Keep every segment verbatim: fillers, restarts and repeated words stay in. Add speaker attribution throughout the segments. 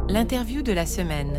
Speaker 1: L'interview de la semaine.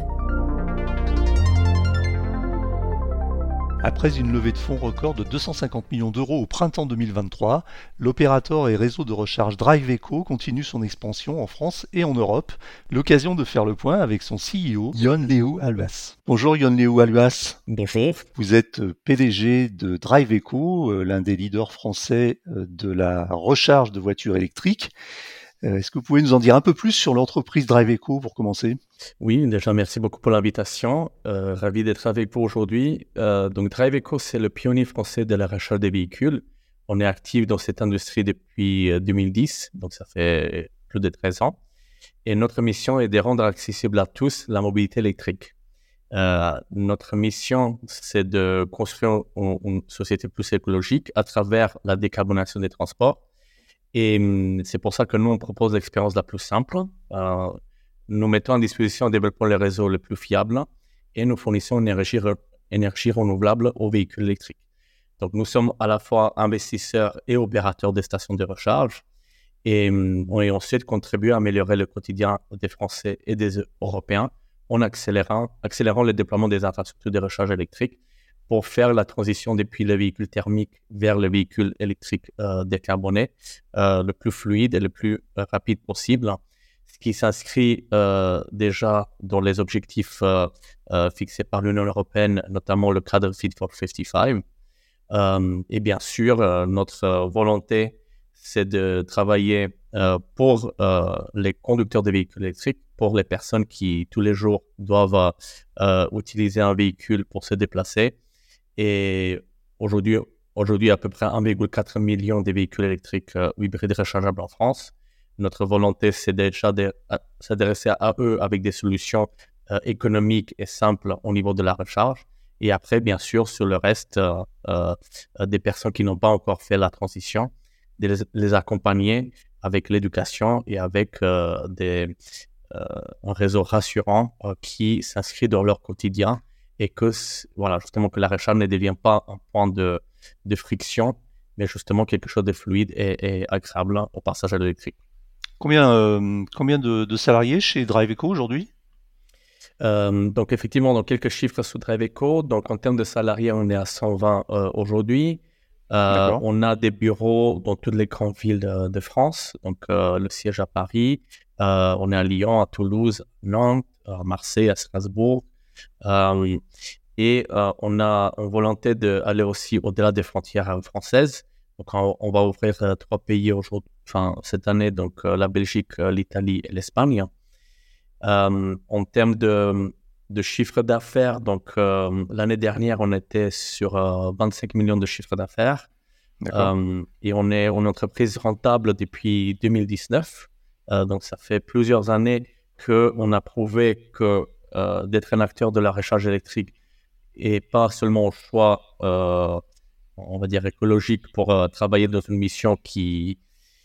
Speaker 2: Après une levée de fonds record de deux cent cinquante millions d'euros au printemps deux mille vingt-trois, l'opérateur et réseau de recharge Driveco continue son expansion en France et en Europe. L'occasion de faire le point avec son C E O, Ionn-Léo Halluas. Bonjour Ionn-Léo Halluas.
Speaker 3: Bonjour.
Speaker 2: Vous êtes P D G de Driveco, l'un des leaders français de la recharge de voitures électriques. Est-ce que vous pouvez nous en dire un peu plus sur l'entreprise Driveco pour commencer ?
Speaker 3: Oui, déjà merci beaucoup pour l'invitation. Euh, ravi d'être avec vous aujourd'hui. Euh, donc Driveco, c'est le pionnier français de la recharge des véhicules. On est actif dans cette industrie depuis deux mille dix, donc ça fait plus de treize ans. Et notre mission est de rendre accessible à tous la mobilité électrique. Euh, notre mission, c'est de construire une, une société plus écologique à travers la décarbonation des transports. Et c'est pour ça que nous, on propose l'expérience la plus simple. Euh, nous mettons à disposition en développant les réseaux les plus fiables et nous fournissons une énergie, re- énergie renouvelable aux véhicules électriques. Donc, nous sommes à la fois investisseurs et opérateurs des stations de recharge et on est ensuite contribué à améliorer le quotidien des Français et des Européens en accélérant, accélérant le déploiement des infrastructures de recharge électrique pour faire la transition depuis le véhicule thermique vers le véhicule électrique euh, décarboné euh, le plus fluide et le plus euh, rapide possible, ce qui s'inscrit euh, déjà dans les objectifs euh, euh, fixés par l'Union européenne, notamment le cadre Fit for cinquante-cinq. Euh, et bien sûr, euh, notre euh, volonté, c'est de travailler euh, pour euh, les conducteurs de véhicules électriques, pour les personnes qui, tous les jours, doivent euh, utiliser un véhicule pour se déplacer. Et aujourd'hui, aujourd'hui, à peu près un virgule quatre million de véhicules électriques euh, hybrides rechargeables en France. Notre volonté, c'est déjà de à, s'adresser à eux avec des solutions euh, économiques et simples au niveau de la recharge. Et après, bien sûr, sur le reste euh, euh, des personnes qui n'ont pas encore fait la transition, de les, les accompagner avec l'éducation et avec euh, des, euh, un réseau rassurant euh, qui s'inscrit dans leur quotidien. Et que, voilà, justement, que la recharge ne devient pas un point de, de friction, mais justement quelque chose de fluide et, et agréable au passage à l'électrique.
Speaker 2: Combien, euh, combien de, de salariés chez Driveco aujourd'hui ?
Speaker 3: euh, Donc, effectivement, dans quelques chiffres sous Driveco. Donc, en termes de salariés, on est à cent vingt euh, aujourd'hui. Euh, on a des bureaux dans toutes les grandes villes de, de France. Donc, euh, le siège à Paris. Euh, on est à Lyon, à Toulouse, à Nantes, à Marseille, à Strasbourg. Euh, et euh, on a une volonté d'aller aussi au-delà des frontières françaises. Donc, on, on va ouvrir euh, trois pays aujourd'hui, enfin, cette année, donc euh, la Belgique, euh, l'Italie et l'Espagne. Euh, en termes de, de chiffre d'affaires, donc euh, l'année dernière, on était sur euh, vingt-cinq millions de chiffre d'affaires. Euh, et on est une entreprise rentable depuis deux mille dix-neuf. Euh, donc, ça fait plusieurs années qu'on a prouvé que Euh, d'être un acteur de la recharge électrique et pas seulement au choix, euh, on va dire, écologique pour euh, travailler dans une mission qui,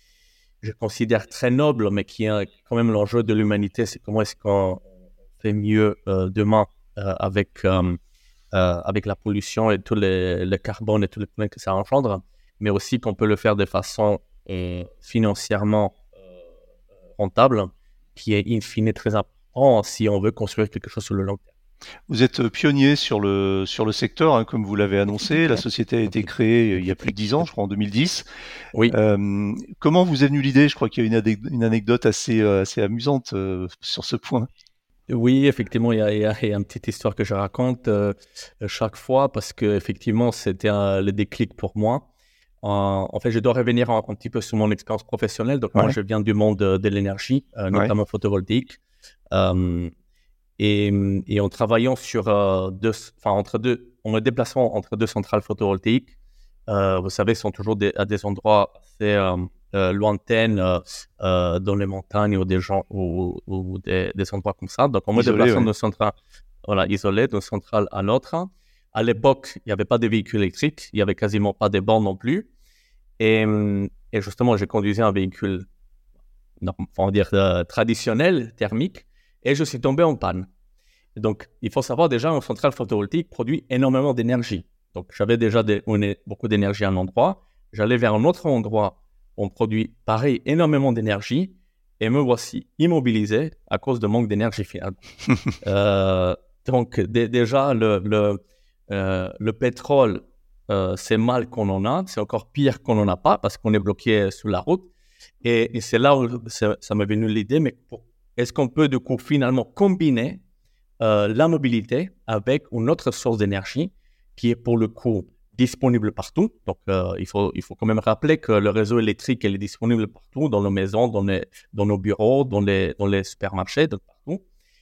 Speaker 3: je considère très noble, mais qui est quand même l'enjeu de l'humanité, c'est comment est-ce qu'on fait mieux euh, demain euh, avec, euh, euh, avec la pollution et tout les, le carbone et tous les problèmes que ça engendre, mais aussi qu'on peut le faire de façon euh, financièrement euh, rentable, qui est in fine très important si on veut construire quelque chose sur le long terme.
Speaker 2: Vous êtes pionnier sur le, sur le secteur, hein, comme vous l'avez annoncé. La société a été créée il y a plus de dix ans, je crois, en deux mille dix.
Speaker 3: Oui.
Speaker 2: Euh, comment vous est venue l'idée ? Je crois qu'il y a une, adé- une anecdote assez, assez amusante euh, sur ce point.
Speaker 3: Oui, effectivement, il y, a, il y a une petite histoire que je raconte euh, chaque fois parce que effectivement, c'était un, le déclic pour moi. En, en fait, je dois revenir un, un petit peu sur mon expérience professionnelle. Donc, ouais. Moi, je viens du monde de, de l'énergie, euh, notamment ouais. photovoltaïque. Euh, et, et en travaillant sur euh, deux, enfin entre deux, en me déplaçant entre deux centrales photovoltaïques, euh, vous savez, sont toujours des, à des endroits assez euh, euh, lointains, euh, euh, dans les montagnes ou des gens ou, ou des, des endroits comme ça. Donc, en me déplaçant ouais. d'une centrale, voilà, isolée, d'une centrale à l'autre. À l'époque, il n'y avait pas de véhicules électriques, il n'y avait quasiment pas de bornes non plus. Et, et justement, j'ai conduisé un véhicule, on va dire euh, traditionnel, thermique. Et je suis tombé en panne. Donc, il faut savoir déjà, une centrale photovoltaïque produit énormément d'énergie. Donc, j'avais déjà des, une, beaucoup d'énergie à un endroit. J'allais vers un autre endroit, on produit pareil, énormément d'énergie. et me voici immobilisé à cause de manque d'énergie finalement. euh, donc d- déjà, le, le, euh, le pétrole, euh, c'est mal qu'on en a, c'est encore pire qu'on n'en a pas parce qu'on est bloqué sur la route. Et, et c'est là où ça, ça m'est venu l'idée, mais pour, est-ce qu'on peut du coup finalement combiner euh, la mobilité avec une autre source d'énergie qui est pour le coup disponible partout. Donc, euh, il, faut, il faut quand même rappeler que le réseau électrique elle est disponible partout, dans nos maisons, dans, les, dans nos bureaux, dans les, dans les supermarchés, donc partout.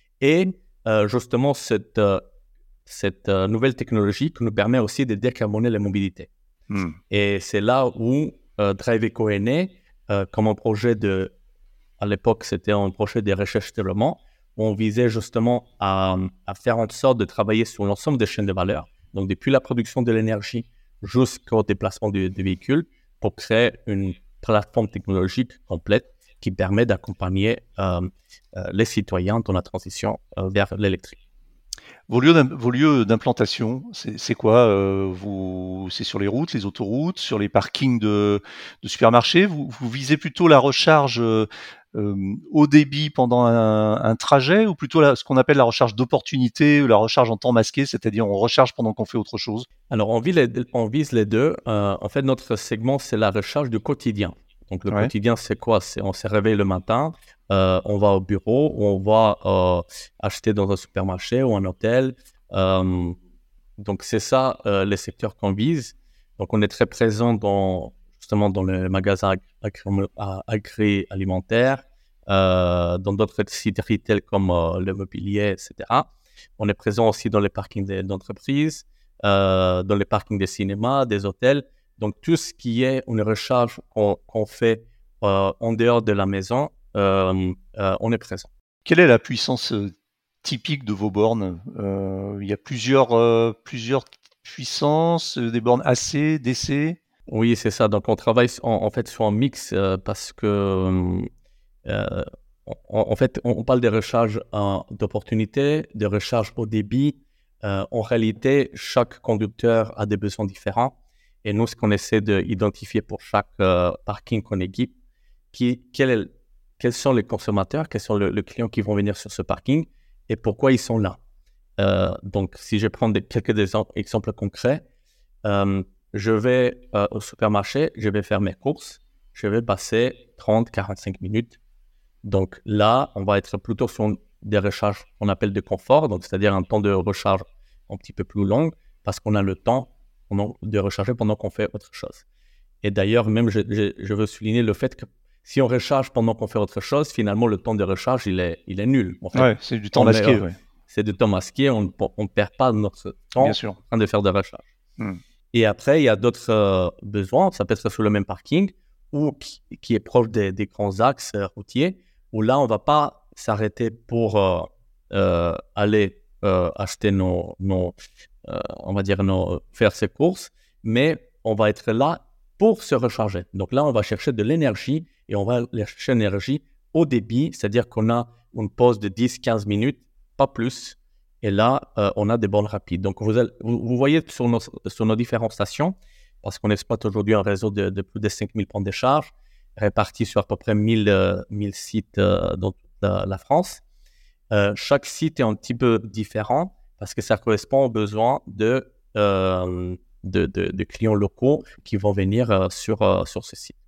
Speaker 3: Et euh, justement, cette, euh, cette euh, nouvelle technologie qui nous permet aussi de décarboner la mobilité. Mm. Et c'est là où euh, DriveEco est né, euh, comme un projet de, à l'époque, c'était un projet de recherche et développement, où on visait justement à, à faire en sorte de travailler sur l'ensemble des chaînes de valeur. Donc, depuis la production de l'énergie jusqu'au déplacement du, du véhicule, pour créer une plateforme technologique complète qui permet d'accompagner euh, euh, les citoyens dans la transition euh, vers l'électrique.
Speaker 2: Vos lieux, vos lieux d'implantation, c'est, c'est quoi euh, vous, c'est sur les routes, les autoroutes, sur les parkings de, de supermarchés. Vous, vous visez plutôt la recharge euh, euh, haut débit pendant un, un trajet, ou plutôt la, ce qu'on appelle la recharge d'opportunité ou la recharge en temps masqué, c'est-à-dire on recharge pendant qu'on fait autre chose?
Speaker 3: Alors, on vise les, on vise les deux. Euh, en fait, notre segment, c'est la recharge du quotidien. Donc, le ouais. quotidien, c'est quoi? C'est, on s'est réveillé le matin, euh, on va au bureau, on va euh, acheter dans un supermarché ou un hôtel. Euh, donc, c'est ça, euh, les secteurs qu'on vise. Donc, on est très présent dans, justement dans les magasins agri- agri-alimentaires, euh, dans d'autres sites retail comme euh, le mobilier, et cetera. On est présent aussi dans les parkings des, d'entreprises, euh, dans les parkings des cinémas, des hôtels. Donc, tout ce qui est une recharge qu'on, qu'on fait euh, en dehors de la maison, euh, euh, on est présent.
Speaker 2: Quelle est la puissance euh, typique de vos bornes? euh, Il y a plusieurs, euh, plusieurs puissances, euh, des bornes A C, D C?
Speaker 3: Oui, c'est ça. Donc, on travaille en, en fait sur un mix euh, parce que, euh, en, en fait, on, on parle des recharges euh, d'opportunité, des recharges au débit. Euh, en réalité, chaque conducteur a des besoins différents. Et nous, ce qu'on essaie d'identifier pour chaque euh, parking qu'on équipe, qui, quel est, quels sont les consommateurs, quels sont les clients qui vont venir sur ce parking et pourquoi ils sont là. Euh, donc, si je prends des, quelques exemples, exemples concrets, euh, je vais euh, au supermarché, je vais faire mes courses, je vais passer trente à quarante-cinq minutes. Donc là, on va être plutôt sur des recharges qu'on appelle de confort, donc c'est-à-dire un temps de recharge un petit peu plus long parce qu'on a le temps de recharger pendant qu'on fait autre chose. Et d'ailleurs, même je, je, je veux souligner le fait que si on recharge pendant qu'on fait autre chose, finalement, le temps de recharge, il est, il est nul.
Speaker 2: En fait, ouais, c'est du temps masqué.
Speaker 3: Est,
Speaker 2: ouais.
Speaker 3: C'est du temps masqué, on ne perd pas notre temps
Speaker 2: Bien sûr.
Speaker 3: en train de faire de recharge.
Speaker 2: Hmm.
Speaker 3: Et après, il y a d'autres euh, besoins, ça peut être sur le même parking ou qui, qui est proche des, des grands axes euh, routiers, où là, on ne va pas s'arrêter pour euh, euh, aller euh, acheter nos, nos euh, on va dire, nos, faire ses courses, mais on va être là pour se recharger. Donc là, on va chercher de l'énergie et on va chercher l'énergie au débit, c'est-à-dire qu'on a une pause de dix à quinze minutes, pas plus. Et là, euh, on a des bornes rapides. Donc, vous, allez, vous, vous voyez sur nos, sur nos différentes stations, parce qu'on exploite aujourd'hui un réseau de, de plus de cinq mille points de charge, répartis sur à peu près mille, euh, mille sites euh, dans toute la, la France. Euh, chaque site est un petit peu différent parce que ça correspond aux besoins de, euh, de, de, de clients locaux qui vont venir euh, sur, euh, sur ce site.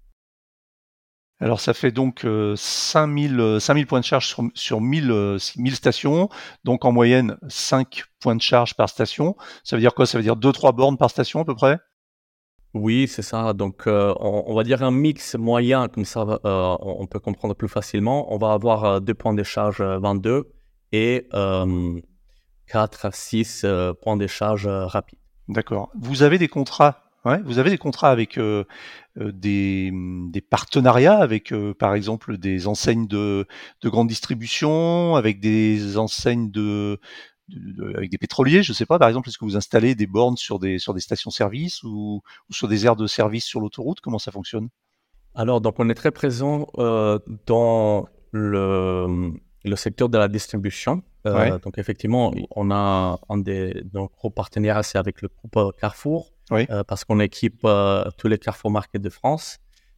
Speaker 2: Alors ça fait donc euh, cinq mille, cinq mille points de charge sur, sur mille, euh, mille stations, donc en moyenne cinq points de charge par station. Ça veut dire quoi? Ça veut dire deux à trois bornes par station à peu près?
Speaker 3: Oui, c'est ça. Donc euh, on, on va dire un mix moyen, comme ça euh, on peut comprendre plus facilement. On va avoir euh, deux points de charge vingt-deux et euh, quatre à six euh, points de charge euh, rapides.
Speaker 2: D'accord. Vous avez des contrats Ouais, vous avez des contrats avec euh, euh, des, des partenariats avec, euh, par exemple, des enseignes de, de grande distribution, avec des enseignes de, de, de avec des pétroliers, je sais pas. Par exemple, est-ce que vous installez des bornes sur des sur des stations-service ou, ou sur des aires de service sur l'autoroute? Comment ça fonctionne?
Speaker 3: Alors, donc, on est très présent euh, dans le, le secteur de la distribution. Euh,
Speaker 2: Ouais.
Speaker 3: Donc, effectivement, on a un des nos gros partenaires, c'est avec le groupe Carrefour,
Speaker 2: Oui.
Speaker 3: euh, parce qu'on équipe euh, tous les Carrefour Market de France.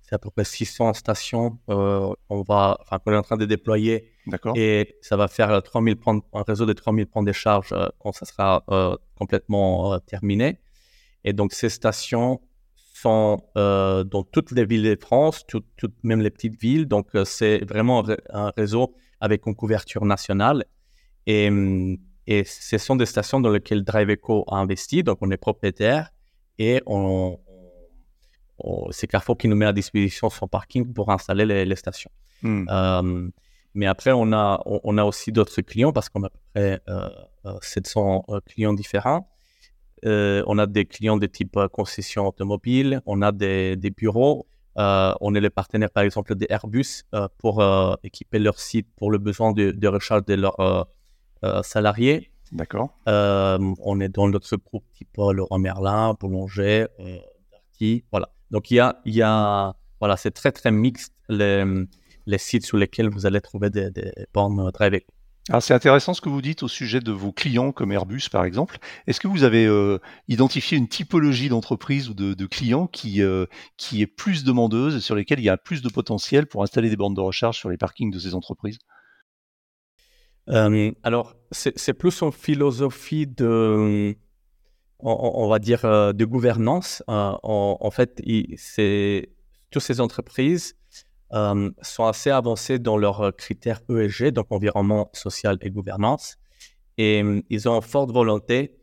Speaker 3: c'est à peu près six cents stations euh, on va, enfin, qu'on est en train de déployer.
Speaker 2: D'accord.
Speaker 3: Et ça va faire trois mille points, un réseau de trois mille points de charge euh, quand ça sera euh, complètement euh, terminé. Et donc, ces stations sont euh, dans toutes les villes de France, tout, tout, même les petites villes. Donc, euh, c'est vraiment un, un réseau avec une couverture nationale. Et, et ce sont des stations dans lesquelles Driveco a investi. Donc, on est propriétaire et on, on, c'est Carrefour qui nous met à disposition son parking pour installer les, les stations.
Speaker 2: Mm.
Speaker 3: Euh, mais après, on a, on, on a aussi d'autres clients parce qu'on a à peu près euh, sept cents clients différents. Euh, on a des clients de type euh, concession automobile, on a des, des bureaux, euh, on est le partenaire par exemple d'Airbus euh, pour euh, équiper leur site pour le besoin de, de recharge de leurs euh, euh, salariés.
Speaker 2: D'accord.
Speaker 3: Euh, on est dans d'autres groupes type euh, Leroy Merlin, Boulanger, euh, Darty, voilà. Donc il y a, il y a, voilà, c'est très très mixte les, les sites sur lesquels vous allez trouver des, des bornes Driveco.
Speaker 2: Alors c'est intéressant ce que vous dites au sujet de vos clients comme Airbus par exemple. Est-ce que vous avez euh, identifié une typologie d'entreprise ou de, de clients qui, euh, qui est plus demandeuse et sur lesquels il y a plus de potentiel pour installer des bornes de recharge sur les parkings de ces entreprises ?
Speaker 3: euh, Alors, c'est, c'est plus une philosophie de, on, on va dire, euh, de gouvernance. Euh, en, en fait, il, c'est, toutes ces entreprises Euh, sont assez avancés dans leurs critères E S G, donc environnement, social et gouvernance. Et euh, ils ont une forte volonté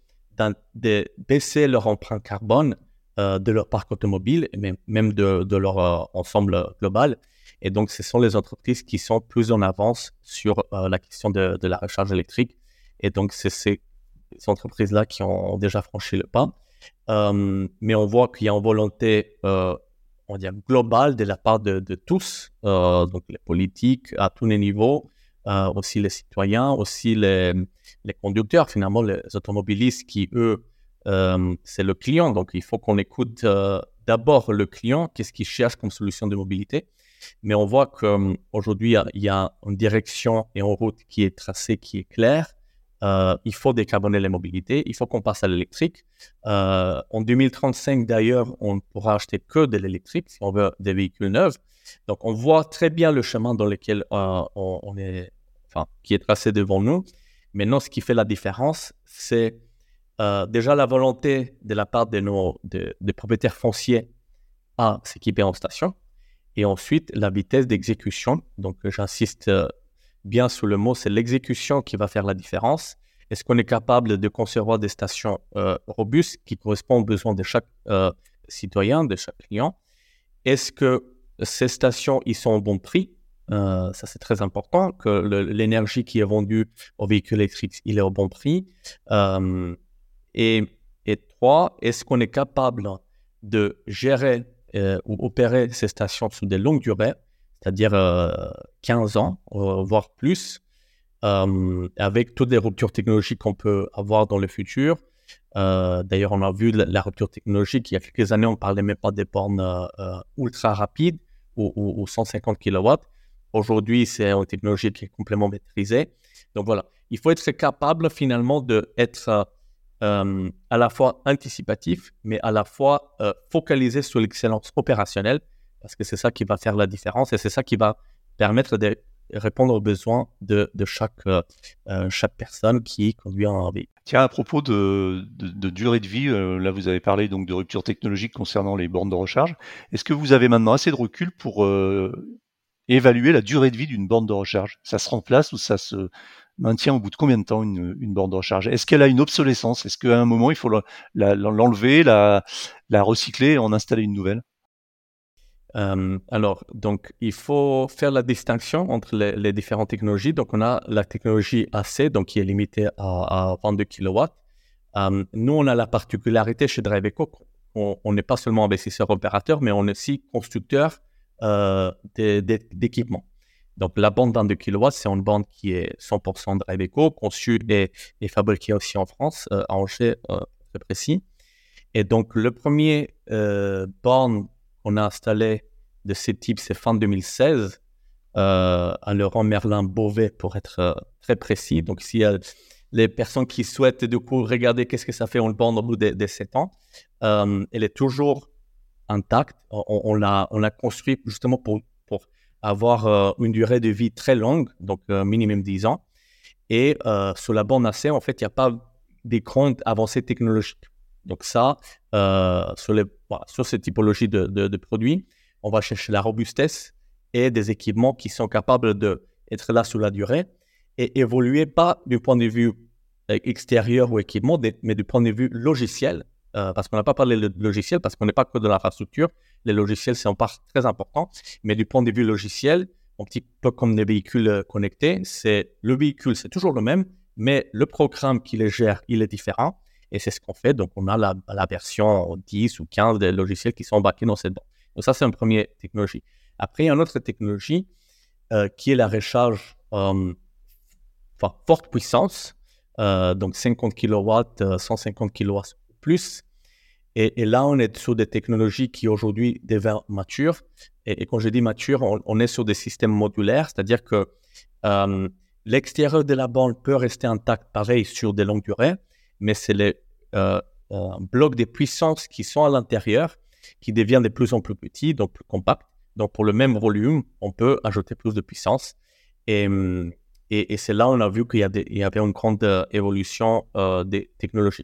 Speaker 3: de baisser leur empreinte carbone euh, de leur parc automobile et même, même de, de leur euh, ensemble global. Et donc, ce sont les entreprises qui sont plus en avance sur euh, la question de, de la recharge électrique. Et donc, c'est ces entreprises-là qui ont déjà franchi le pas. Euh, mais on voit qu'il y a une volonté euh, on va dire, global de la part de, de tous, euh, donc les politiques à tous les niveaux, euh, aussi les citoyens, aussi les, les conducteurs, finalement les automobilistes qui, eux, euh, c'est le client. Donc, il faut qu'on écoute euh, d'abord le client, qu'est-ce qu'il cherche comme solution de mobilité. Mais on voit qu'aujourd'hui, il y a une direction et une route qui est tracée, qui est claire. Euh, il faut décarboner les mobilités, il faut qu'on passe à l'électrique. Euh, en deux mille trente-cinq, d'ailleurs, on ne pourra acheter que de l'électrique si on veut des véhicules neufs. Donc, on voit très bien le chemin dans lequel euh, on, on est, enfin, qui est tracé devant nous. Maintenant, ce qui fait la différence, c'est euh, déjà la volonté de la part de nos de, de propriétaires fonciers à s'équiper en station, et ensuite la vitesse d'exécution. Donc, j'insiste euh, bien sur le mot, c'est l'exécution qui va faire la différence. Est-ce qu'on est capable de concevoir des stations euh, robustes qui correspondent aux besoins de chaque euh, citoyen, de chaque client? Est-ce que ces stations, ils sont au bon prix? euh, Ça, c'est très important, que le, l'énergie qui est vendue aux véhicules électriques, il est au bon prix. Euh, et, et trois, est-ce qu'on est capable de gérer euh, ou opérer ces stations sur des longues durées, c'est-à-dire euh, quinze ans, euh, voire plus, euh, avec toutes les ruptures technologiques qu'on peut avoir dans le futur. Euh, d'ailleurs, on a vu la, la rupture technologique. Il y a quelques années, on ne parlait même pas des bornes euh, ultra rapides ou, ou, ou cent cinquante kilowatts. Aujourd'hui, c'est une technologie qui est complètement maîtrisée. Donc voilà, il faut être capable finalement d'être euh, à la fois anticipatif, mais à la fois euh, focalisé sur l'excellence opérationnelle, parce que c'est ça qui va faire la différence et c'est ça qui va permettre de répondre aux besoins de, de chaque, euh, chaque personne qui conduit un véhicule.
Speaker 2: Tiens, à propos de, de, de durée de vie, euh, là vous avez parlé donc de rupture technologique concernant les bornes de recharge. Est-ce que vous avez maintenant assez de recul pour euh, évaluer la durée de vie d'une borne de recharge? Ça se remplace ou ça se maintient au bout de combien de temps une, une borne de recharge? Est-ce qu'elle a une obsolescence? Est-ce qu'à un moment il faut la, la, l'enlever, la, la recycler et en installer une nouvelle?
Speaker 3: Euh, alors, donc, il faut faire la distinction entre les, les différentes technologies. Donc, on a la technologie A C, donc qui est limitée à, à vingt-deux kilowatts. Euh, nous, on a la particularité chez Driveco, on n'est pas seulement investisseur opérateur, mais on est aussi constructeur euh, de, de, d'équipements. Donc, la bande vingt-deux kilowatts, c'est une bande qui est cent pour cent Driveco, conçue et, et fabriquée aussi en France, euh, à Angers, euh, très précis. Et donc, le premier euh, borne qu'on a installé de ce type, c'est fin deux mille seize, euh, à Leroy Merlin Beauvais, pour être euh, très précis. Donc, s'il y a les personnes qui souhaitent du coup regarder qu'est-ce que ça fait en borne au bout des de sept ans, euh, elle est toujours intact. On, on, l'a, on l'a construit justement pour, pour avoir euh, une durée de vie très longue, donc euh, minimum dix ans. Et euh, sur la bande acier, en fait, il n'y a pas des grandes avancées technologiques. Donc ça, euh, sur, les, voilà, sur cette typologie de, de, de produits, on va chercher la robustesse et des équipements qui sont capables d'être là sur la durée et évoluer pas du point de vue extérieur ou équipement, mais du point de vue logiciel, euh, parce qu'on n'a pas parlé de logiciel, parce qu'on n'est pas que de l'infrastructure. Les logiciels, c'est en part très important, mais du point de vue logiciel, un petit peu comme des véhicules connectés, c'est le véhicule, c'est toujours le même, mais le programme qui les gère, il est différent. Et c'est ce qu'on fait. Donc, on a la, la version dix ou quinze des logiciels qui sont embarqués dans cette bande. Donc, ça, c'est une première technologie. Après, il y a une autre technologie euh, qui est la recharge euh, enfin, forte puissance. Euh, donc, cinquante kilowatts, cent cinquante kilowatts ou plus. Et, et là, on est sur des technologies qui aujourd'hui deviennent matures. Et, et quand je dis mature, on, on est sur des systèmes modulaires, c'est-à-dire que euh, l'extérieur de la bande peut rester intact, pareil, sur des longues durées, mais c'est les euh, euh, blocs de puissance qui sont à l'intérieur qui deviennent de plus en plus petits, donc plus compacts. Donc, pour le même volume, on peut ajouter plus de puissance. Et, et, et c'est là où on a vu qu'il y, a des, il y avait une grande euh, évolution euh, des technologies.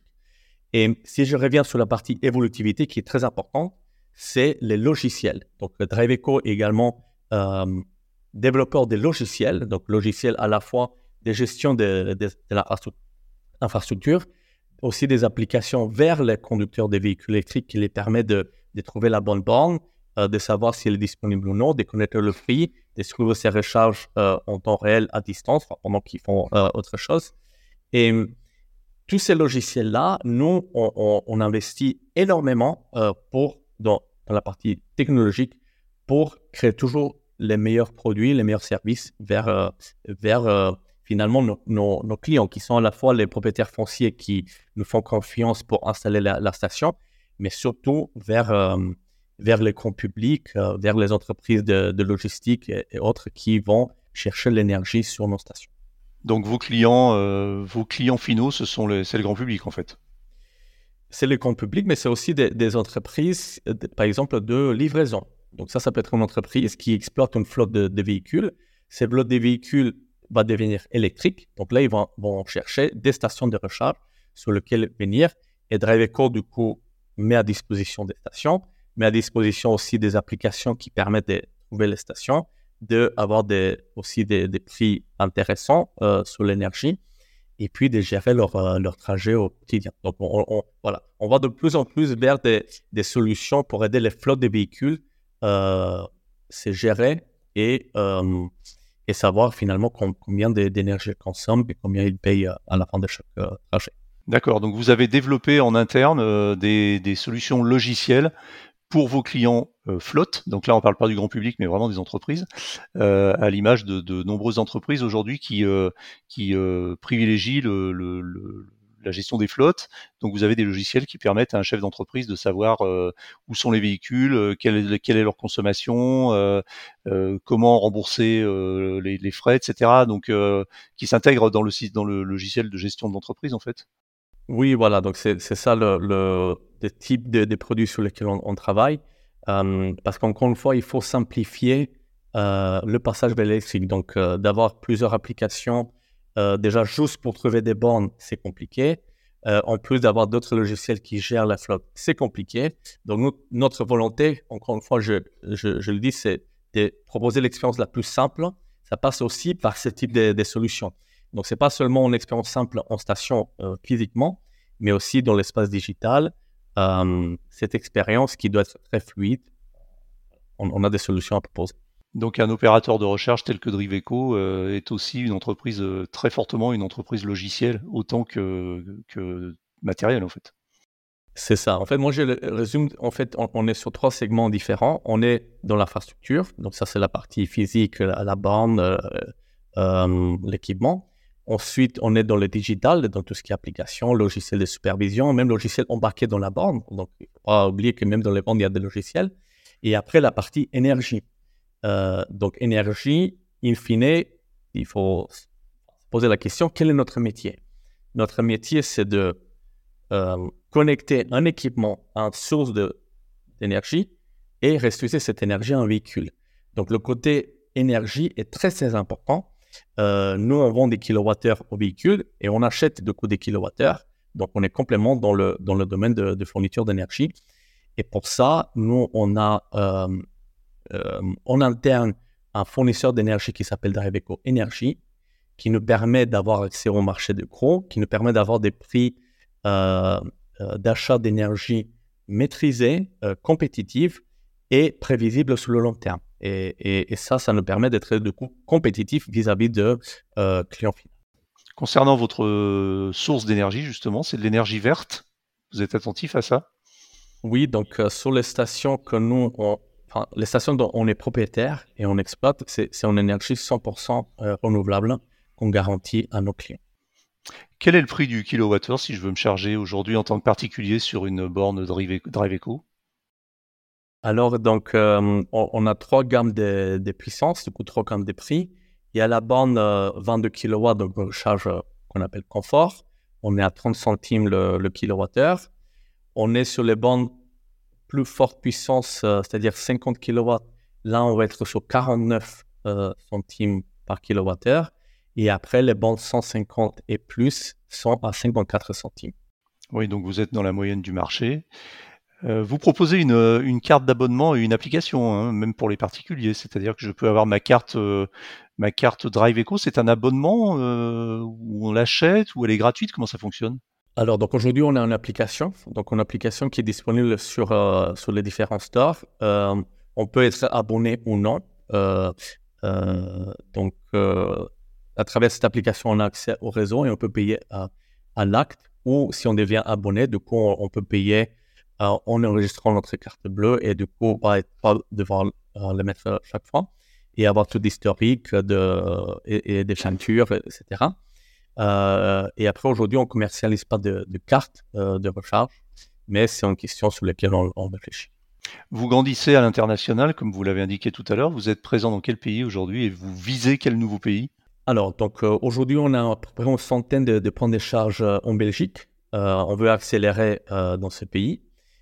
Speaker 3: Et si je reviens sur la partie évolutivité qui est très importante, c'est les logiciels. Donc, Driveco est également euh, développeur des logiciels, donc logiciels à la fois de gestion de, de, de l'infrastructure, aussi des applications vers les conducteurs des véhicules électriques qui les permettent de, de trouver la bonne borne, euh, de savoir si elle est disponible ou non, de connaître le prix, de suivre ses recharges euh, en temps réel à distance, enfin, pendant qu'ils font euh, autre chose. Et tous ces logiciels-là, nous, on, on, on investit énormément euh, pour, dans, dans la partie technologique pour créer toujours les meilleurs produits, les meilleurs services vers, euh, vers euh, finalement nos, nos, nos clients qui sont à la fois les propriétaires fonciers qui nous font confiance pour installer la, la station, mais surtout vers, euh, vers les grands publics, euh, vers les entreprises de, de logistique et, et autres qui vont chercher l'énergie sur nos stations.
Speaker 2: Donc vos clients, euh, vos clients finaux, ce sont les, c'est le grand public en fait.
Speaker 3: C'est le grand public, mais c'est aussi des, des entreprises, de, par exemple, de livraison. Donc ça, ça peut être une entreprise qui exploite une flotte de, de véhicules. Cette flotte de véhicules va devenir électrique. Donc là, ils vont, vont chercher des stations de recharge sur lesquelles venir. Et Driveco, du coup, met à disposition des stations, met à disposition aussi des applications qui permettent de trouver les stations, d'avoir des, aussi des, des prix intéressants euh, sur l'énergie et puis de gérer leur, euh, leur trajet au quotidien. Donc, on, on, voilà. on va de plus en plus vers des, des solutions pour aider les flottes de véhicules à euh, se gérer et, euh, et savoir finalement combien d'énergie ils consomment et combien ils payent à la fin de chaque euh, trajet.
Speaker 2: D'accord, donc vous avez développé en interne euh, des, des solutions logicielles pour vos clients euh, flotte, donc là on ne parle pas du grand public mais vraiment des entreprises, euh, à l'image de, de nombreuses entreprises aujourd'hui qui, euh, qui euh, privilégient le, le, le, la gestion des flottes. Donc vous avez des logiciels qui permettent à un chef d'entreprise de savoir euh, où sont les véhicules, euh, quelle, est, quelle est leur consommation, euh, euh, comment rembourser euh, les, les frais, et cetera. Donc euh, qui s'intègrent dans le, dans le logiciel de gestion de l'entreprise en fait.
Speaker 3: Oui, voilà, donc c'est, c'est ça le, le, le type de, de produits sur lesquels on, on travaille. Euh, parce qu'encore une fois, il faut simplifier euh, le passage vers l'électrique. Donc, euh, d'avoir plusieurs applications, euh, déjà juste pour trouver des bornes, c'est compliqué. Euh, en plus d'avoir d'autres logiciels qui gèrent la flotte, c'est compliqué. Donc, nous, notre volonté, encore une fois, je, je, je le dis, c'est de proposer l'expérience la plus simple. Ça passe aussi par ce type de, de solutions. Donc, ce n'est pas seulement une expérience simple en station euh, physiquement, mais aussi dans l'espace digital. Euh, cette expérience qui doit être très fluide, on, on a des solutions à proposer.
Speaker 2: Donc, un opérateur de recharge tel que Driveco euh, est aussi une entreprise, euh, très fortement une entreprise logicielle, autant que, que matérielle, en fait.
Speaker 3: C'est ça. En fait, moi, je résume. En fait, on, on est sur trois segments différents. On est dans l'infrastructure. Donc, ça, c'est la partie physique, la, la borne, euh, euh, l'équipement. Ensuite, on est dans le digital, dans tout ce qui est application, logiciel de supervision, même logiciel embarqué dans la borne. Donc, il ne faut pas oublier que même dans les bornes, il y a des logiciels. Et après, la partie énergie. Euh, donc, énergie, in fine, il faut se poser la question, quel est notre métier? Notre métier, c'est de euh, connecter un équipement à une source de, d'énergie et restituer cette énergie à un véhicule. Donc, le côté énergie est très, très important. Euh, nous, on vend des kilowattheures au véhicule et on achète de coup des kilowattheures. Donc, on est complètement dans le, dans le domaine de, de fourniture d'énergie. Et pour ça, nous, on a euh, euh, en interne un fournisseur d'énergie qui s'appelle Driveco Énergie, qui nous permet d'avoir accès au marché de gros, qui nous permet d'avoir des prix euh, euh, d'achat d'énergie maîtrisés, euh, compétitifs et prévisibles sur le long terme. Et, et, et ça, ça nous permet d'être de coup compétitifs vis-à-vis de euh, clients finaux.
Speaker 2: Concernant votre euh, source d'énergie, justement, c'est de l'énergie verte. Vous êtes attentif à ça?
Speaker 3: Oui, donc euh, sur les stations que nous, on, enfin, les stations dont on est propriétaire et on exploite, c'est, c'est une énergie cent pour cent euh, renouvelable qu'on garantit à nos clients.
Speaker 2: Quel est le prix du kilowattheure si je veux me charger aujourd'hui en tant que particulier sur une borne Driveco?
Speaker 3: Alors, donc, euh, on, on a trois gammes de, de puissance, du coup, trois gammes de prix. Il y a la borne euh, vingt-deux kilowatts, donc une charge euh, qu'on appelle confort. On est à trente centimes le, le kilowattheure. On est sur les bornes plus forte puissance, euh, c'est-à-dire cinquante kilowatts. Là, on va être sur quarante-neuf euh, centimes par kilowattheure. Et après, les bornes cent cinquante et plus sont à cinquante-quatre centimes.
Speaker 2: Oui, donc vous êtes dans la moyenne du marché. Euh, vous proposez une, une carte d'abonnement et une application, hein, même pour les particuliers. C'est-à-dire que je peux avoir ma carte, euh, ma carte Driveco. C'est un abonnement euh, où on l'achète, ou elle est gratuite? Comment ça fonctionne?
Speaker 3: Alors, donc aujourd'hui, on a une application, donc une application qui est disponible sur, euh, sur les différents stores. Euh, on peut être abonné ou non. Euh, euh, donc, euh, à travers cette application, on a accès au réseau et on peut payer à, à l'acte. Ou si on devient abonné, du coup, on, on peut payer euh, en enregistrant notre carte bleue et du coup, on va pas devoir euh, le mettre chaque fois et avoir tout l'historique de, et, et des ceintures, et cetera. Euh, et après, aujourd'hui, on ne commercialise pas de, de cartes euh, de recharge, mais c'est une question sur laquelle on, on réfléchit.
Speaker 2: Vous grandissez à l'international, comme vous l'avez indiqué tout à l'heure. Vous êtes présent dans quel pays aujourd'hui et vous visez quel nouveau pays?
Speaker 3: Alors, donc euh, aujourd'hui, on a à peu près une centaine de, de points de charge euh, en Belgique. Euh, on veut accélérer euh, dans ce pays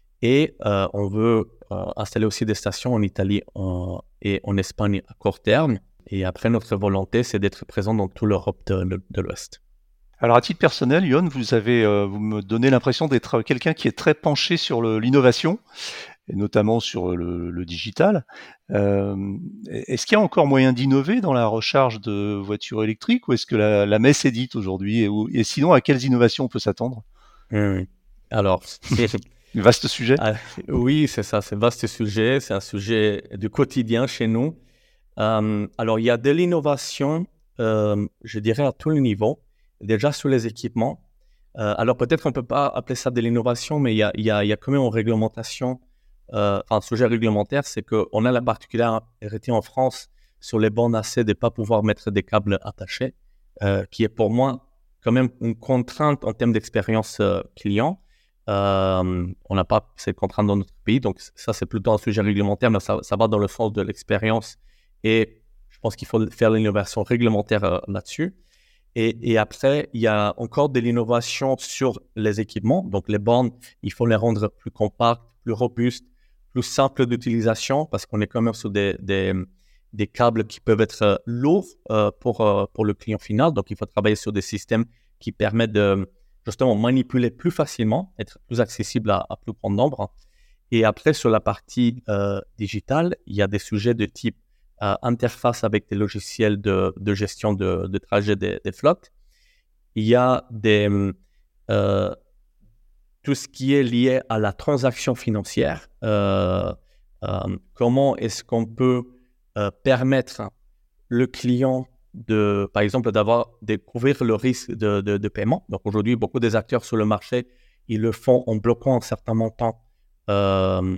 Speaker 3: et euh, on veut euh, installer aussi des stations en Italie en, et en Espagne à court terme. Et après, notre volonté, c'est d'être présent dans toute l'Europe de, de, de l'Ouest.
Speaker 2: Alors à titre personnel, Yon, vous avez, euh, vous me donnez l'impression d'être quelqu'un qui est très penché sur le- l'innovation, et notamment sur le, le digital. Euh, est-ce qu'il y a encore moyen d'innover dans la recharge de voitures électriques, ou est-ce que la, la messe est dite aujourd'hui, et, ou- et sinon à quelles innovations on peut s'attendre?
Speaker 3: Mmh. Alors,
Speaker 2: Vaste sujet.
Speaker 3: ah, oui, c'est ça, c'est un vaste sujet, c'est un sujet du quotidien chez nous. Euh, alors, il y a de l'innovation, euh, je dirais, à tous les niveaux, déjà sur les équipements. Euh, alors, peut-être qu'on ne peut pas appeler ça de l'innovation, mais il y a, il y a, il y a quand même une réglementation, euh, enfin, un sujet réglementaire, c'est qu'on a la particularité en France sur les bornes A C de ne pas pouvoir mettre des câbles attachés, euh, qui est pour moi quand même une contrainte en termes d'expérience euh, client. Euh, on n'a pas cette contrainte dans notre pays, donc ça, c'est plutôt un sujet réglementaire, mais ça, ça va dans le sens de l'expérience. Et je pense qu'il faut faire l'innovation réglementaire euh, là-dessus. Et, et après, il y a encore de l'innovation sur les équipements. Donc, les bornes, il faut les rendre plus compactes, plus robustes, plus simples d'utilisation parce qu'on est quand même sur des, des, des câbles qui peuvent être euh, lourds euh, pour, euh, pour le client final. Donc, il faut travailler sur des systèmes qui permettent de justement manipuler plus facilement, être plus accessible à, à plus grand nombre. Et après, sur la partie euh, digitale, il y a des sujets de type Euh, interface avec des logiciels de, de gestion de, de trajet des, des flottes. Il y a des, euh, tout ce qui est lié à la transaction financière. Euh, euh, comment est-ce qu'on peut euh, permettre le client, de, par exemple, d'avoir, de couvrir le risque de, de, de paiement. Donc aujourd'hui, beaucoup des acteurs sur le marché, ils le font en bloquant un certain montant. Euh,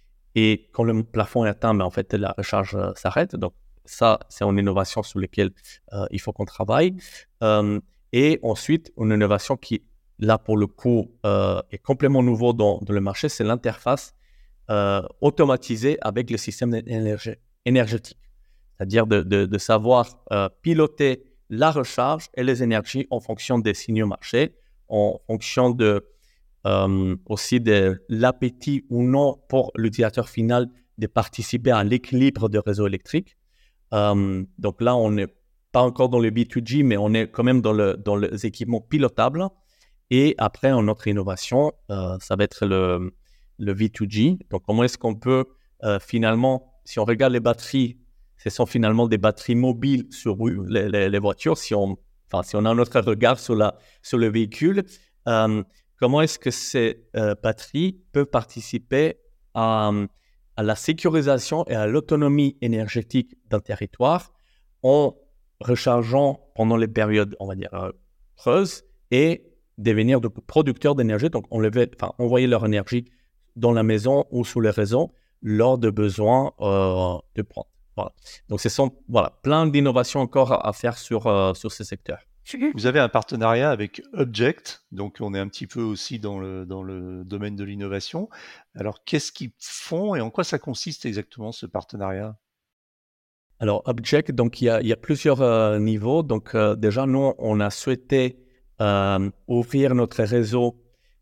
Speaker 3: Et quand le plafond est atteint, ben en fait, la recharge euh, s'arrête. Donc, ça, c'est une innovation sur laquelle euh, il faut qu'on travaille. Euh, et ensuite, une innovation qui, là, pour le coup, euh, est complètement nouveau dans, dans le marché, c'est l'interface euh, automatisée avec le système énergie, énergétique. C'est-à-dire de, de, de savoir euh, piloter la recharge et les énergies en fonction des signaux marché, en fonction de Euh, aussi de l'appétit ou non pour l'utilisateur final de participer à l'équilibre du réseau électrique. Euh, donc là, on n'est pas encore dans le B deux G, mais on est quand même dans, le, dans les équipements pilotables. Et après, notre innovation, euh, ça va être le, le V deux G. Donc, comment est-ce qu'on peut euh, finalement, si on regarde les batteries, ce sont finalement des batteries mobiles sur les, les, les voitures. Si on, enfin, si on a notre regard sur, la, sur le véhicule, euh, comment est-ce que ces euh, batteries peuvent participer à, à la sécurisation et à l'autonomie énergétique d'un territoire en rechargeant pendant les périodes, on va dire, euh, creuses et devenir de producteurs d'énergie, donc enlever, enfin, envoyer leur énergie dans la maison ou sous les réseaux lors de besoins euh, de prendre. Voilà. Donc, ce sont voilà, plein d'innovations encore à, à faire sur, euh, sur ces secteurs.
Speaker 2: Vous avez un partenariat avec Object, donc on est un petit peu aussi dans le, dans le domaine de l'innovation. Alors, qu'est-ce qu'ils font et en quoi ça consiste exactement ce partenariat ?
Speaker 3: Alors, Object, donc il y a, il y a plusieurs euh, niveaux. Donc, euh, déjà, nous, on a souhaité euh, ouvrir notre réseau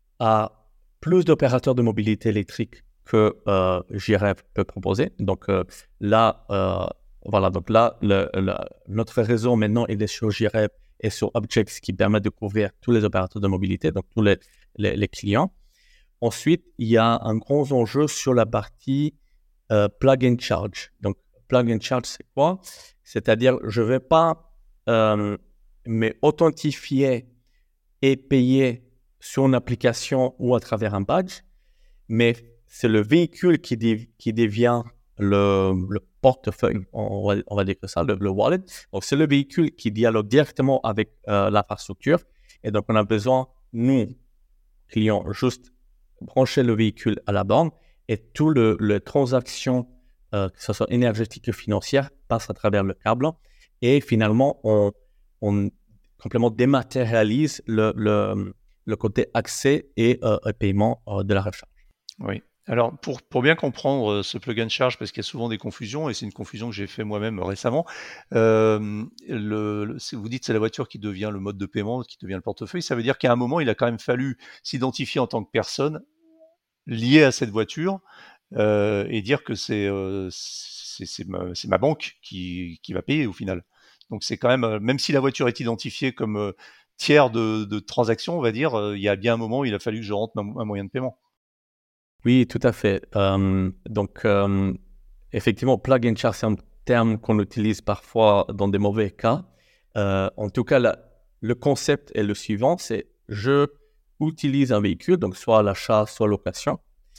Speaker 3: à plus d'opérateurs de mobilité électrique que euh, J R E V peut proposer. Donc euh, là, euh, voilà, donc là, le, le, notre réseau maintenant, il est sur J R E V et sur Object, ce qui permet de couvrir tous les opérateurs de mobilité, donc tous les, les, les clients. Ensuite, il y a un gros enjeu sur la partie euh, plug and charge. Donc, plug and charge, c'est quoi? C'est-à-dire, je ne vais pas euh, m'authentifier et payer sur une application ou à travers un badge, mais c'est le véhicule qui, de, qui devient le, le portefeuille, on va, on va dire que ça, le, le wallet. Donc, c'est le véhicule qui dialogue directement avec euh, l'infrastructure. Et donc, on a besoin, nous, clients, juste brancher le véhicule à la borne et toutes les transactions, euh, que ce soit énergétiques ou financières, passent à travers le câble. Et finalement, on, on complètement dématérialise le, le, le côté accès et euh, paiement euh, de la recharge.
Speaker 2: Oui. Alors, pour, pour bien comprendre ce plug and charge, parce qu'il y a souvent des confusions, et c'est une confusion que j'ai fait moi-même récemment, euh, le, le, vous dites que c'est la voiture qui devient le mode de paiement, qui devient le portefeuille, ça veut dire qu'à un moment, il a quand même fallu s'identifier en tant que personne liée à cette voiture euh, et dire que c'est, euh, c'est, c'est, ma, c'est ma banque qui, qui va payer au final. Donc, c'est quand même, même si la voiture est identifiée comme euh, tiers de, de transaction, on va dire, euh, il y a bien un moment où il a fallu que je rentre ma, un moyen de paiement.
Speaker 3: Oui, tout à fait. Euh, donc, euh, effectivement, plug and charge, c'est un terme qu'on utilise parfois dans des mauvais cas. Euh, en tout cas, la, le concept est le suivant, c'est je utilise un véhicule, donc soit à l'achat, soit à location.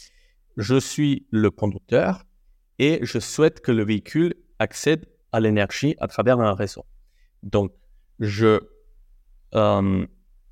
Speaker 3: Je suis le conducteur et je souhaite que le véhicule accède à l'énergie à travers un réseau. Donc, je euh,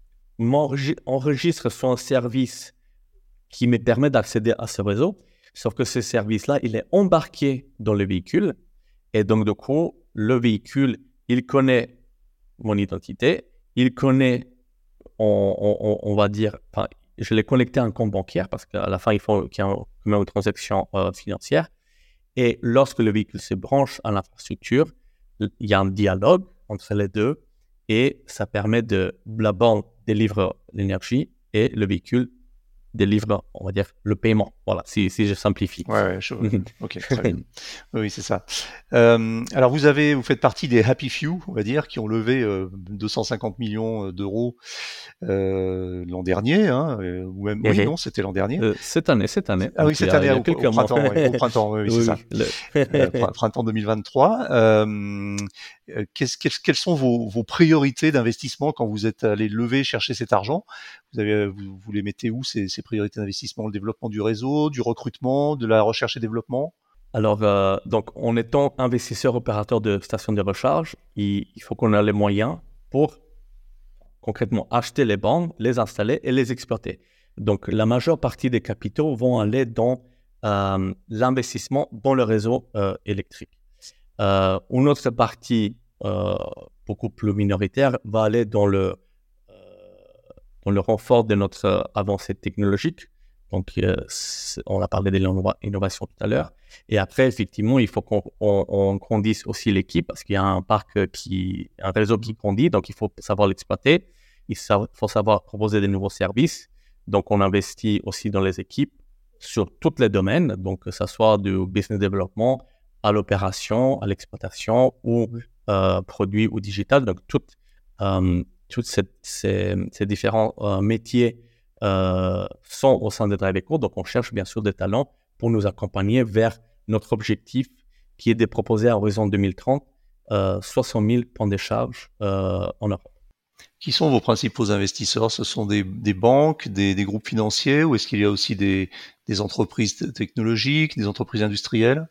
Speaker 3: m'enregistre sur un service qui me permet d'accéder à ce réseau, sauf que ce service-là, il est embarqué dans le véhicule. Et donc, du coup, le véhicule, il connaît mon identité, il connaît, on, on, on va dire, enfin, je l'ai connecté à un compte bancaire parce qu'à la fin, il faut qu'il y ait un, une transaction euh, financière. Et lorsque le véhicule se branche à l'infrastructure, il y a un dialogue entre les deux et ça permet de, la borne délivre l'énergie et le véhicule délivre, on va dire, le paiement. Voilà, si, si je simplifie.
Speaker 2: Ouais, ouais, je... ok, très bien. Oui, c'est ça. Euh, alors, vous avez, vous faites partie des Happy Few, on va dire, qui ont levé euh, deux cent cinquante millions d'euros euh, l'an dernier, hein, euh, ou même, oui, non, c'était l'an dernier.
Speaker 3: Euh, cette année, cette année.
Speaker 2: Ah oui, cette année, au, au printemps, oui, au printemps, oui, oui, c'est oui, ça. Le... euh, printemps deux mille vingt-trois. Euh, qu'est-ce, quelles, quelles sont vos, vos priorités d'investissement quand vous êtes allé lever, chercher cet argent? Vous, avez, vous, vous les mettez où, ces, ces priorités d'investissement? Le développement du réseau, du recrutement, de la recherche et développement?
Speaker 3: Alors, euh, donc, en étant investisseur opérateur de stations de recharge, il, il faut qu'on ait les moyens pour concrètement acheter les bornes, les installer et les exploiter. Donc, la majeure partie des capitaux vont aller dans euh, l'investissement dans le réseau euh, électrique. Euh, une autre partie, euh, beaucoup plus minoritaire, va aller dans le, euh, dans le renfort de notre avancée technologique. Donc, euh, on a parlé de l'innovation tout à l'heure. Et après, effectivement, il faut qu'on on, on grandisse aussi l'équipe parce qu'il y a un parc qui, un réseau qui grandit. Donc, il faut savoir l'exploiter. Il faut savoir proposer de nouveaux services. Donc, on investit aussi dans les équipes, sur tous les domaines, donc que ce soit du business development à l'opération, à l'exploitation ou euh, produit ou digital. Donc, toutes euh, toutes ces, ces, ces différents euh, métiers euh, sont au sein de DriveEco. Donc, on cherche bien sûr des talents pour nous accompagner vers notre objectif qui est de proposer à horizon deux mille trente euh, soixante mille points de charge euh, en Europe.
Speaker 2: Qui sont vos principaux investisseurs? Ce sont des, des banques, des, des groupes financiers, ou est-ce qu'il y a aussi des, des entreprises technologiques, des entreprises industrielles?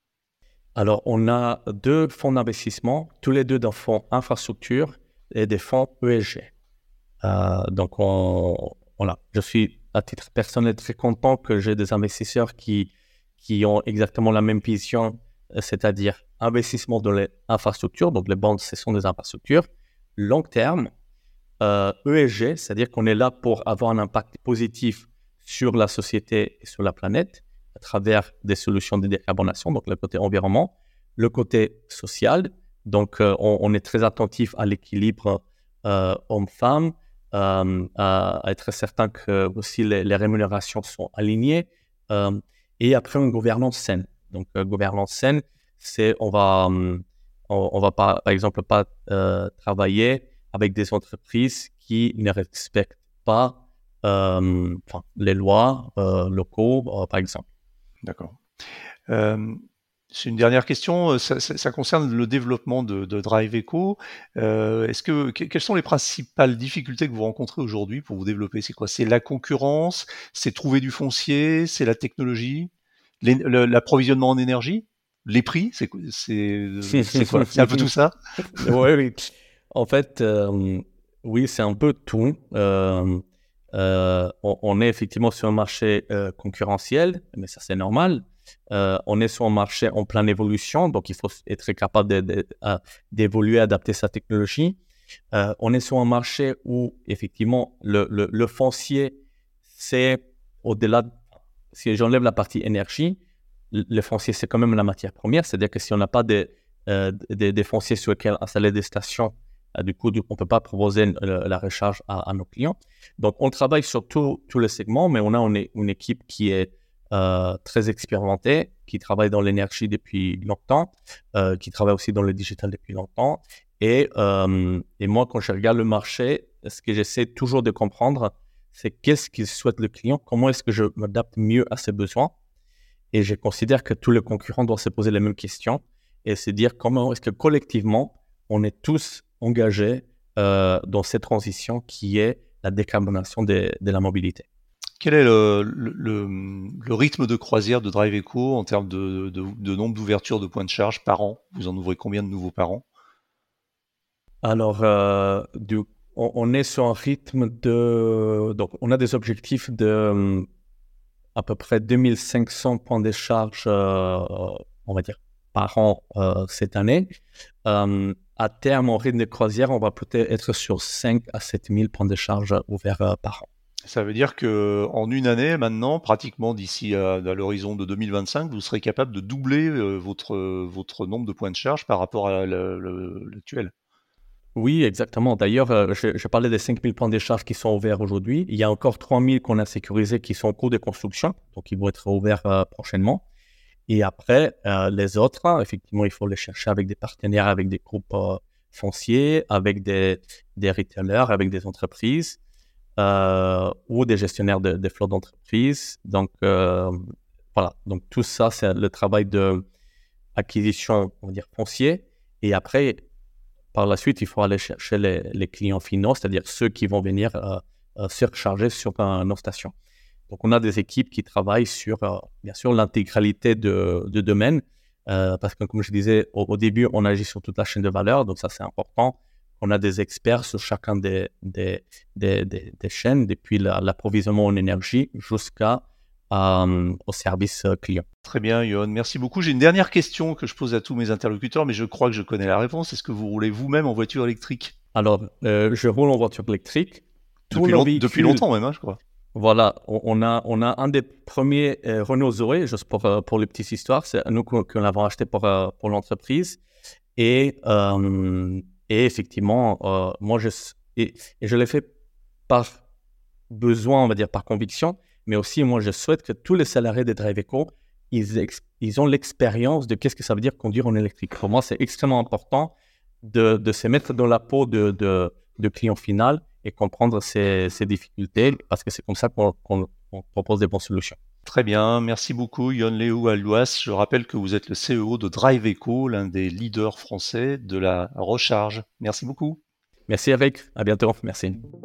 Speaker 3: Alors, on a deux fonds d'investissement, tous les deux d'un fonds infrastructure et des fonds E S G. Euh, donc, on, voilà, je suis à titre personnel très content que j'ai des investisseurs qui, qui ont exactement la même vision, c'est-à-dire investissement dans les infrastructures. Donc, les banques, ce sont des infrastructures long terme. Euh, E S G, c'est-à-dire qu'on est là pour avoir un impact positif sur la société et sur la planète à travers des solutions de décarbonation, donc le côté environnement, le côté social. Donc, euh, on, on est très attentif à l'équilibre euh, homme-femme, euh, à, à être certain que aussi les, les rémunérations sont alignées, euh, et après une gouvernance saine. Donc, euh, gouvernance saine, c'est on va, on, on va pas, par exemple pas euh, travailler avec des entreprises qui ne respectent pas euh, enfin, les lois euh, locaux, euh, par exemple.
Speaker 2: D'accord. Euh, c'est une dernière question. Ça, ça, ça concerne le développement de, de DriveEco. Euh, est-ce que, que quelles sont les principales difficultés que vous rencontrez aujourd'hui pour vous développer? C'est quoi? C'est la concurrence? C'est trouver du foncier? C'est la technologie? Les- le- L'approvisionnement en énergie? Les prix? C'est quoi? C'est c'est quoi? C'est un peu tout ça?
Speaker 3: Oui, oui. En fait, euh, oui, c'est un peu tout. Euh, euh, on, on est effectivement sur un marché euh, concurrentiel, mais ça, c'est normal. Euh, on est sur un marché en pleine évolution, donc il faut être capable de, de, euh, d'évoluer, adapter sa technologie. Euh, on est sur un marché où, effectivement, le, le, le foncier, c'est au-delà, de, si j'enlève la partie énergie, le, le foncier, c'est quand même la matière première, c'est-à-dire que si on n'a pas de, euh, des, des fonciers sur lesquels installer des stations, euh, du coup, du, on ne peut pas proposer une, la recharge à, à nos clients. Donc, on travaille sur tous les segments, mais on a une, une équipe qui est Euh, très expérimenté, qui travaille dans l'énergie depuis longtemps, euh, qui travaille aussi dans le digital depuis longtemps. Et, euh, et moi, quand je regarde le marché, ce que j'essaie toujours de comprendre, c'est qu'est-ce qu'il souhaite le client, comment est-ce que je m'adapte mieux à ses besoins. Et je considère que tous les concurrents doivent se poser les mêmes questions et se dire comment est-ce que collectivement, on est tous engagés euh, dans cette transition qui est la décarbonation de, de la mobilité.
Speaker 2: Quel est le, le, le, le rythme de croisière de DriveEco en termes de, de, de nombre d'ouvertures de points de charge par an? Vous en ouvrez combien de nouveaux par an?
Speaker 3: Alors, euh, du, on, on est sur un rythme de... Donc, on a des objectifs de euh, à peu près deux mille cinq cents points de charge, euh, on va dire, par an euh, cette année. Euh, à terme, en rythme de croisière, on va peut-être être sur cinq à sept mille points de charge ouverts euh, par an.
Speaker 2: Ça veut dire que en une année, maintenant, pratiquement d'ici à, à l'horizon de deux mille vingt-cinq, vous serez capable de doubler euh, votre, votre nombre de points de charge par rapport à l'actuel.
Speaker 3: Oui, exactement. D'ailleurs, euh, je, je parlais des cinq mille points de charge qui sont ouverts aujourd'hui. Il y a encore trois mille qu'on a sécurisés qui sont en cours de construction, donc ils vont être ouverts euh, prochainement. Et après, euh, les autres, hein, effectivement, il faut les chercher avec des partenaires, avec des groupes euh, fonciers, avec des, des retailers, avec des entreprises euh, ou des gestionnaires de, de flottes d'entreprises. Donc, euh, voilà. Donc, tout ça, c'est le travail d'acquisition, on va dire, foncier. Et après, par la suite, il faut aller chercher les, les clients finaux, c'est-à-dire ceux qui vont venir euh, euh, surcharger sur euh, nos stations. Donc, on a des équipes qui travaillent sur, euh, bien sûr, l'intégralité de, de domaines, euh, parce que, comme je disais, au, au début, on agit sur toute la chaîne de valeur, donc ça, c'est important. On a des experts sur chacun des, des, des, des, des chaînes, depuis la, l'approvisionnement en énergie jusqu'à euh, au service client.
Speaker 2: Très bien, Johan, merci beaucoup. J'ai une dernière question que je pose à tous mes interlocuteurs, mais je crois que je connais la réponse. Est-ce que vous roulez vous-même en voiture électrique?
Speaker 3: Alors, euh, je roule en voiture électrique.
Speaker 2: Depuis, long, véhicules... depuis longtemps même, hein, je crois.
Speaker 3: Voilà, on a, on a un des premiers euh, Renault Zoé, juste pour, euh, pour les petites histoires, c'est nous qu'on qu l'avons acheté pour, euh, pour l'entreprise. Et, euh, et effectivement, euh, moi, je, et, et je l'ai fait par besoin, on va dire par conviction, mais aussi, moi, je souhaite que tous les salariés de Driveco, ils, ex- ils ont l'expérience de qu'est-ce que ça veut dire conduire en électrique. Pour moi, c'est extrêmement important de, de se mettre dans la peau de, de, de client final et comprendre ses, ses difficultés, parce que c'est comme ça qu'on, qu'on, qu'on propose des bonnes solutions.
Speaker 2: Très bien, merci beaucoup Yon-Léo Alouas. Je rappelle que vous êtes le C E O de Driveco, l'un des leaders français de la recharge. Merci beaucoup.
Speaker 3: Merci Eric, à bientôt, merci.